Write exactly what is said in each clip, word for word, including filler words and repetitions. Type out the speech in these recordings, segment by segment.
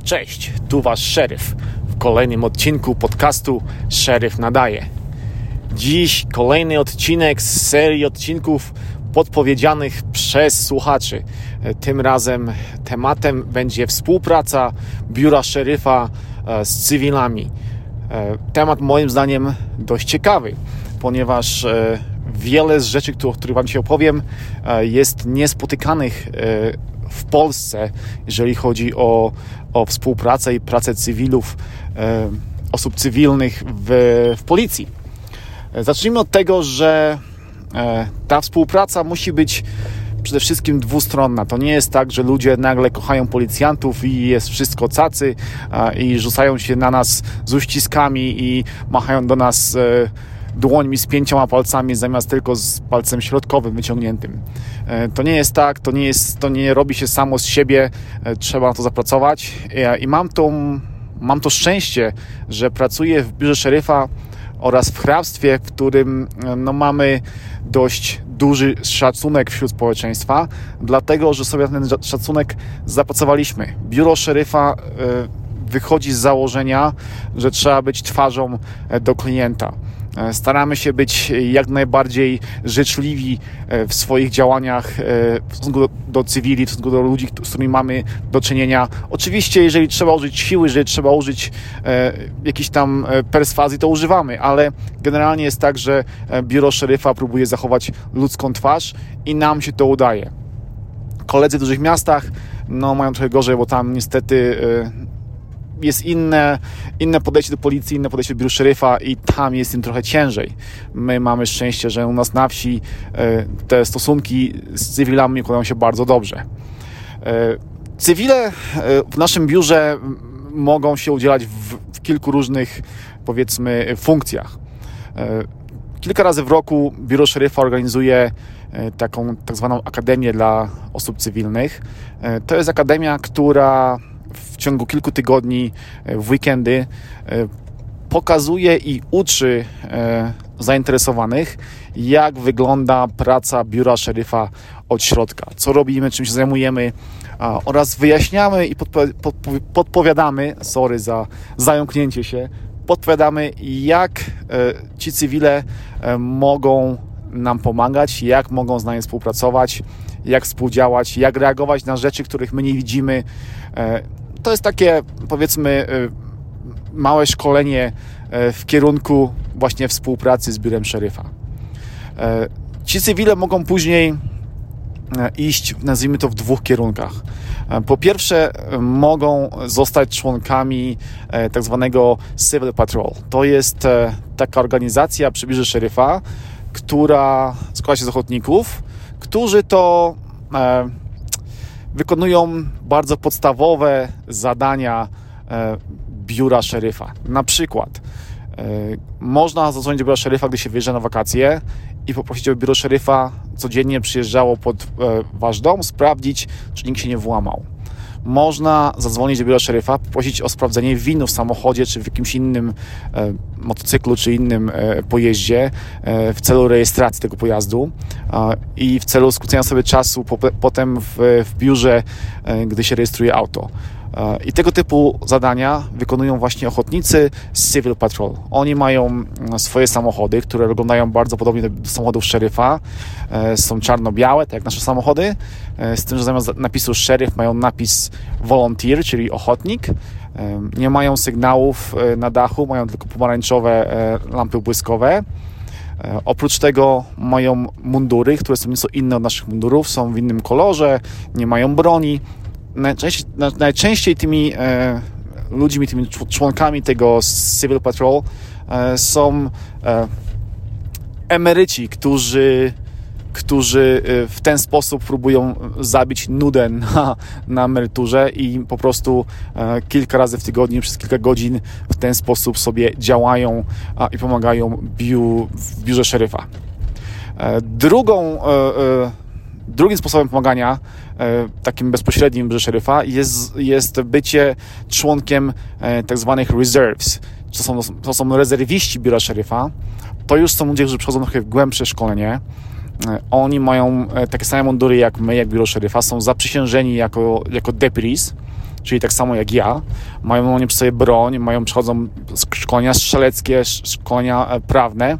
Cześć, tu wasz szeryf w kolejnym odcinku podcastu Szeryf Nadaje. Dziś kolejny odcinek z serii odcinków podpowiedzianych przez słuchaczy. Tym razem tematem będzie współpraca biura szeryfa z cywilami. Temat moim zdaniem dość ciekawy, ponieważ wiele z rzeczy, o których wam dzisiaj opowiem, jest niespotykanych w Polsce, jeżeli chodzi o, o współpracę i pracę cywilów, e, osób cywilnych w, w policji. Zacznijmy od tego, że e, ta współpraca musi być przede wszystkim dwustronna. To nie jest tak, że ludzie nagle kochają policjantów i jest wszystko cacy e, i rzucają się na nas z uściskami i machają do nas e, dłońmi z pięcioma palcami zamiast tylko z palcem środkowym wyciągniętym. To nie jest tak, to nie jest, to nie robi się samo z siebie, trzeba na to zapracować i mam to, mam to szczęście, że pracuję w biurze szeryfa oraz w hrabstwie, w którym no, mamy dość duży szacunek wśród społeczeństwa, dlatego, że sobie ten szacunek zapracowaliśmy. Biuro szeryfa wychodzi z założenia, że trzeba być twarzą do klienta. Staramy się być jak najbardziej życzliwi w swoich działaniach w stosunku do, do cywili, w stosunku do ludzi, z którymi mamy do czynienia. Oczywiście, jeżeli trzeba użyć siły, jeżeli trzeba użyć e, jakiejś tam perswazji, to używamy, ale generalnie jest tak, że biuro szeryfa próbuje zachować ludzką twarz i nam się to udaje. Koledzy w dużych miastach no, mają trochę gorzej, bo tam niestety e, jest inne, inne podejście do policji, inne podejście do biura szeryfa i tam jest im trochę ciężej. My mamy szczęście, że u nas na wsi te stosunki z cywilami układają się bardzo dobrze. Cywile w naszym biurze mogą się udzielać w, w kilku różnych, powiedzmy, funkcjach. Kilka razy w roku biuro szeryfa organizuje taką tak zwaną akademię dla osób cywilnych. To jest akademia, która w ciągu kilku tygodni, w weekendy pokazuje i uczy zainteresowanych, jak wygląda praca biura szeryfa od środka, co robimy, czym się zajmujemy oraz wyjaśniamy i podpo- podpo- podpowiadamy, sorry za zająknięcie się, podpowiadamy, jak ci cywile mogą nam pomagać, jak mogą z nami współpracować, jak współdziałać, jak reagować na rzeczy, których my nie widzimy. To jest takie, powiedzmy, małe szkolenie w kierunku właśnie współpracy z biurem szeryfa. Ci cywile mogą później iść, nazwijmy to, w dwóch kierunkach. Po pierwsze, mogą zostać członkami tak zwanego Civil Patrol. To jest taka organizacja przy biurze szeryfa, która składa się z ochotników, którzy to e, wykonują bardzo podstawowe zadania e, biura szeryfa. Na przykład e, można zadzwonić do biura szeryfa, gdy się wyjeżdża na wakacje i poprosić, aby biuro szeryfa codziennie przyjeżdżało pod e, wasz dom, sprawdzić, czy nikt się nie włamał. Można zadzwonić do biura szeryfa, poprosić o sprawdzenie winu w samochodzie, czy w jakimś innym e, motocyklu, czy innym e, pojeździe e, w celu rejestracji tego pojazdu e, i w celu skrócenia sobie czasu po, potem w, w biurze, e, gdy się rejestruje auto. E, I tego typu zadania wykonują właśnie ochotnicy z Civil Patrol. Oni mają swoje samochody, które wyglądają bardzo podobnie do, do samochodów szeryfa. E, są czarno-białe, tak jak nasze samochody, e, z tym, że zamiast napisu szeryf mają napis volunteer, czyli ochotnik. Nie mają sygnałów na dachu, mają tylko pomarańczowe lampy błyskowe. Oprócz tego mają mundury, które są nieco inne od naszych mundurów, są w innym kolorze, nie mają broni. Najczęściej, najczęściej tymi ludźmi, tymi członkami tego Civil Patrol są emeryci, którzy którzy w ten sposób próbują zabić nudę na, na emeryturze i po prostu e, kilka razy w tygodniu, przez kilka godzin w ten sposób sobie działają a, i pomagają biu, w biurze szeryfa. E, drugą, e, e, drugim sposobem pomagania, e, takim bezpośrednim w biurze szeryfa, jest, jest bycie członkiem e, tak zwanych reserves. To są, to są rezerwiści biura szeryfa. To już są ludzie, którzy przechodzą trochę głębsze szkolenie. Oni mają takie same mundury jak my, jak biuro szeryfa, są zaprzysiężeni jako, jako deputies, czyli tak samo jak ja, mają oni przy sobie broń, mają, przechodzą szkolenia strzeleckie, szkolenia prawne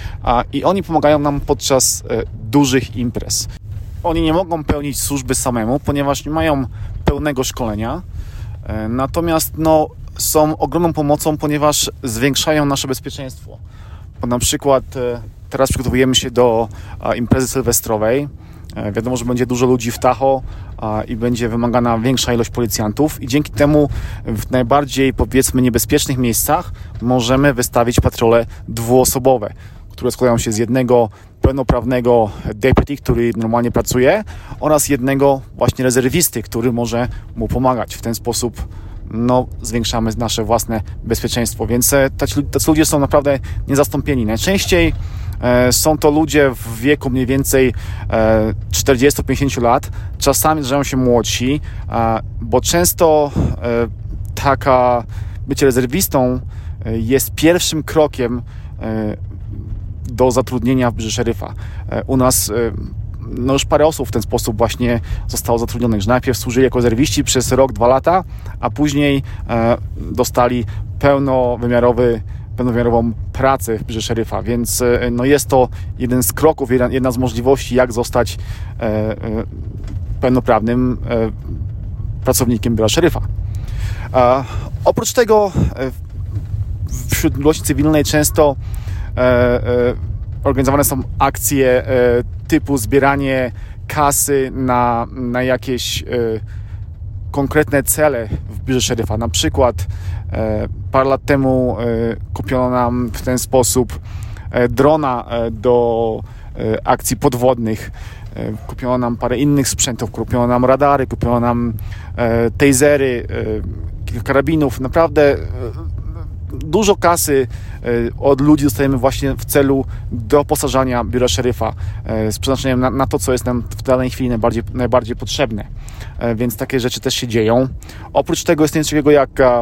i oni pomagają nam podczas dużych imprez. Oni nie mogą pełnić służby samemu, ponieważ nie mają pełnego szkolenia, natomiast no, są ogromną pomocą, ponieważ zwiększają nasze bezpieczeństwo. Bo na przykład teraz przygotowujemy się do imprezy sylwestrowej. Wiadomo, że będzie dużo ludzi w Tahoe i będzie wymagana większa ilość policjantów i dzięki temu w najbardziej, powiedzmy, niebezpiecznych miejscach możemy wystawić patrole dwuosobowe, które składają się z jednego pełnoprawnego deputy, który normalnie pracuje, oraz jednego właśnie rezerwisty, który może mu pomagać. W ten sposób no, zwiększamy nasze własne bezpieczeństwo, więc tacy, tacy ludzie są naprawdę niezastąpieni. Najczęściej e, są to ludzie w wieku mniej więcej e, czterdzieści do pięćdziesięciu lat, czasami zdarzają się młodsi, e, bo często e, taka bycie rezerwistą e, jest pierwszym krokiem e, do zatrudnienia w biurze szeryfa. E, u nas e, no już parę osób w ten sposób właśnie zostało zatrudnionych, że najpierw służyli jako rezerwiści przez rok, dwa lata, a później e, dostali pełnowymiarowy, pełnowymiarową pracę w biurze szeryfa, więc e, no jest to jeden z kroków, jedna, jedna z możliwości, jak zostać e, e, pełnoprawnym e, pracownikiem biura szeryfa. E, oprócz tego e, wśród ludności cywilnej często e, e, organizowane są akcje e, typu zbieranie kasy na, na jakieś e, konkretne cele w biurze szeryfa. Na przykład e, parę lat temu e, kupiono nam w ten sposób e, drona e, do e, akcji podwodnych. E, kupiono nam parę innych sprzętów, kupiono nam radary, kupiono nam e, tasery, e, kilka karabinów. Naprawdę e, dużo kasy od ludzi dostajemy właśnie w celu doposażania biura szeryfa z przeznaczeniem na, na to, co jest nam w danej chwili najbardziej, najbardziej potrzebne. Więc takie rzeczy też się dzieją. Oprócz tego jest coś takiego jak e,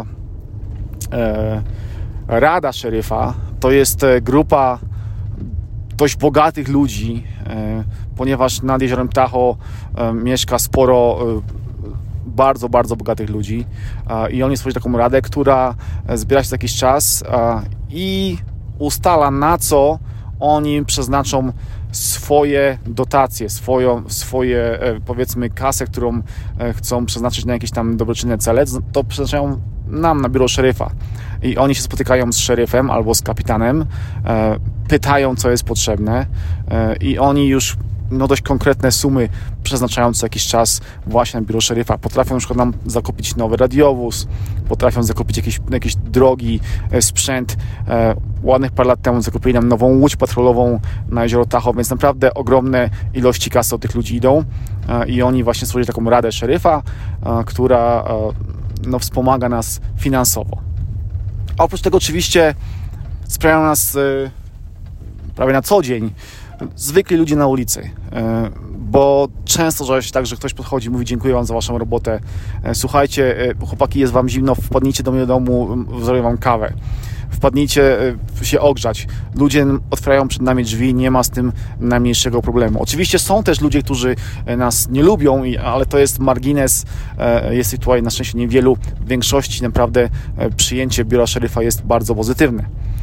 Rada Szeryfa. To jest grupa dość bogatych ludzi, e, ponieważ nad jeziorem Tahoe e, mieszka sporo e, bardzo, bardzo bogatych ludzi i oni stworzyli taką radę, która zbiera się co jakiś czas i ustala, na co oni przeznaczą swoje dotacje, swoją, swoje powiedzmy kasę, którą chcą przeznaczyć na jakieś tam dobroczynne cele, to przeznaczają nam na biuro szeryfa i oni się spotykają z szeryfem albo z kapitanem, pytają, co jest potrzebne i oni już no dość konkretne sumy przeznaczają co jakiś czas właśnie na biuro szeryfa. Potrafią na przykład nam zakupić nowy radiowóz, potrafią zakupić jakieś, jakieś drogi, sprzęt. E, ładnych parę lat temu zakupili nam nową łódź patrolową na jezioro Tahoe, więc naprawdę ogromne ilości kasy od tych ludzi idą e, i oni właśnie stworzyli taką radę szeryfa, e, która e, no, wspomaga nas finansowo. A oprócz tego oczywiście sprawiają nas e, prawie na co dzień zwykli ludzie na ulicy, bo często zdarza się tak, że ktoś podchodzi i mówi: dziękuję wam za waszą robotę, słuchajcie, chłopaki, jest wam zimno, wpadnijcie do mnie do domu, zrobię wam kawę, wpadnijcie się ogrzać. Ludzie otwierają przed nami drzwi, nie ma z tym najmniejszego problemu. Oczywiście są też ludzie, którzy nas nie lubią, ale to jest margines, jest ich tutaj na szczęście niewielu. W większości naprawdę przyjęcie biura szeryfa jest bardzo pozytywne.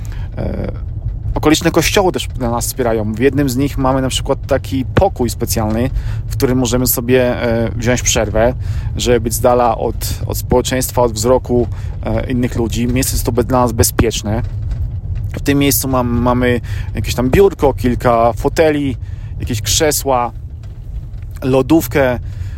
Okoliczne kościoły też nas wspierają. W jednym z nich mamy na przykład taki pokój specjalny, w którym możemy sobie wziąć przerwę, żeby być z dala od, od społeczeństwa, od wzroku innych ludzi. Miejsce jest to dla nas bezpieczne. W tym miejscu mam, mamy jakieś tam biurko, kilka foteli, jakieś krzesła, lodówkę,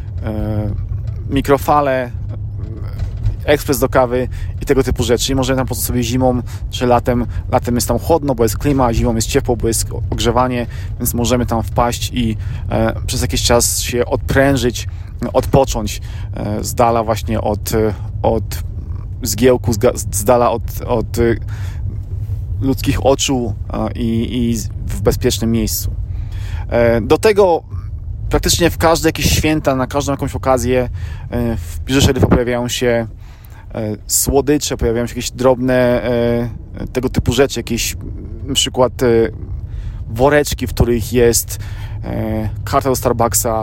mikrofale, ekspres do kawy i tego typu rzeczy. I możemy tam po prostu sobie zimą czy latem, latem jest tam chłodno, bo jest klima, zimą jest ciepło, bo jest ogrzewanie, więc możemy tam wpaść i e, przez jakiś czas się odprężyć, odpocząć e, z dala właśnie od, od zgiełku, z, z dala od, od ludzkich oczu e, i, i w bezpiecznym miejscu. E, do tego praktycznie w każde jakieś święta, na każdą jakąś okazję w biurze szeryfa pojawiają się słodycze, pojawiają się jakieś drobne tego typu rzeczy, jakieś na przykład woreczki, w których jest karta do Starbucksa,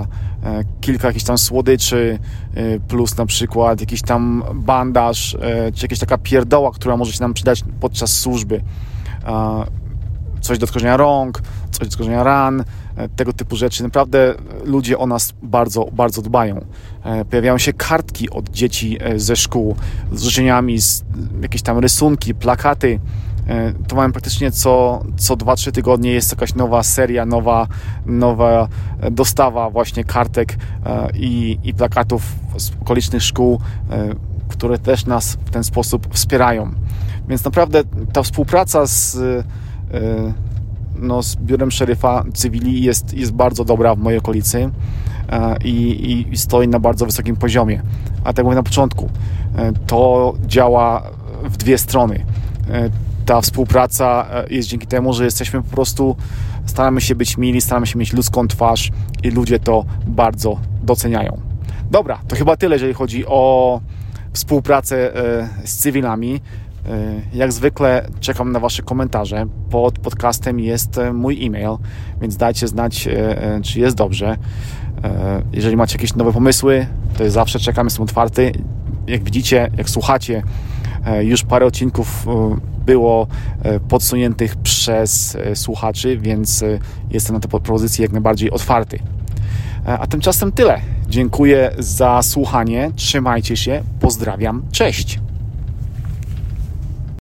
kilka jakichś tam słodyczy, plus na przykład jakiś tam bandaż, czy jakaś taka pierdoła, która może się nam przydać podczas służby. Coś do odkorzenia rąk, coś do odkorzenia ran, tego typu rzeczy. Naprawdę ludzie o nas bardzo, bardzo dbają. Pojawiają się kartki od dzieci ze szkół z życzeniami, z jakieś tam rysunki, plakaty. To mamy praktycznie co, co dwa trzy tygodnie jest jakaś nowa seria, nowa, nowa dostawa właśnie kartek i, i plakatów z okolicznych szkół, które też nas w ten sposób wspierają. Więc naprawdę ta współpraca z, no, z biurem szeryfa cywili jest, jest bardzo dobra w mojej okolicy i, i stoi na bardzo wysokim poziomie. A tak jak mówię na początku, to działa w dwie strony. Ta współpraca jest dzięki temu, że jesteśmy po prostu, staramy się być mili, staramy się mieć ludzką twarz i ludzie to bardzo doceniają. Dobra, to chyba tyle, jeżeli chodzi o współpracę z cywilami. Jak zwykle czekam na Wasze komentarze. Pod podcastem jest mój e-mail, więc dajcie znać, czy jest dobrze. Jeżeli macie jakieś nowe pomysły, to zawsze czekam, jestem otwarty. Jak widzicie, jak słuchacie, już parę odcinków było podsuniętych przez słuchaczy, więc jestem na te propozycje jak najbardziej otwarty. A tymczasem tyle. Dziękuję za słuchanie. Trzymajcie się. Pozdrawiam. Cześć.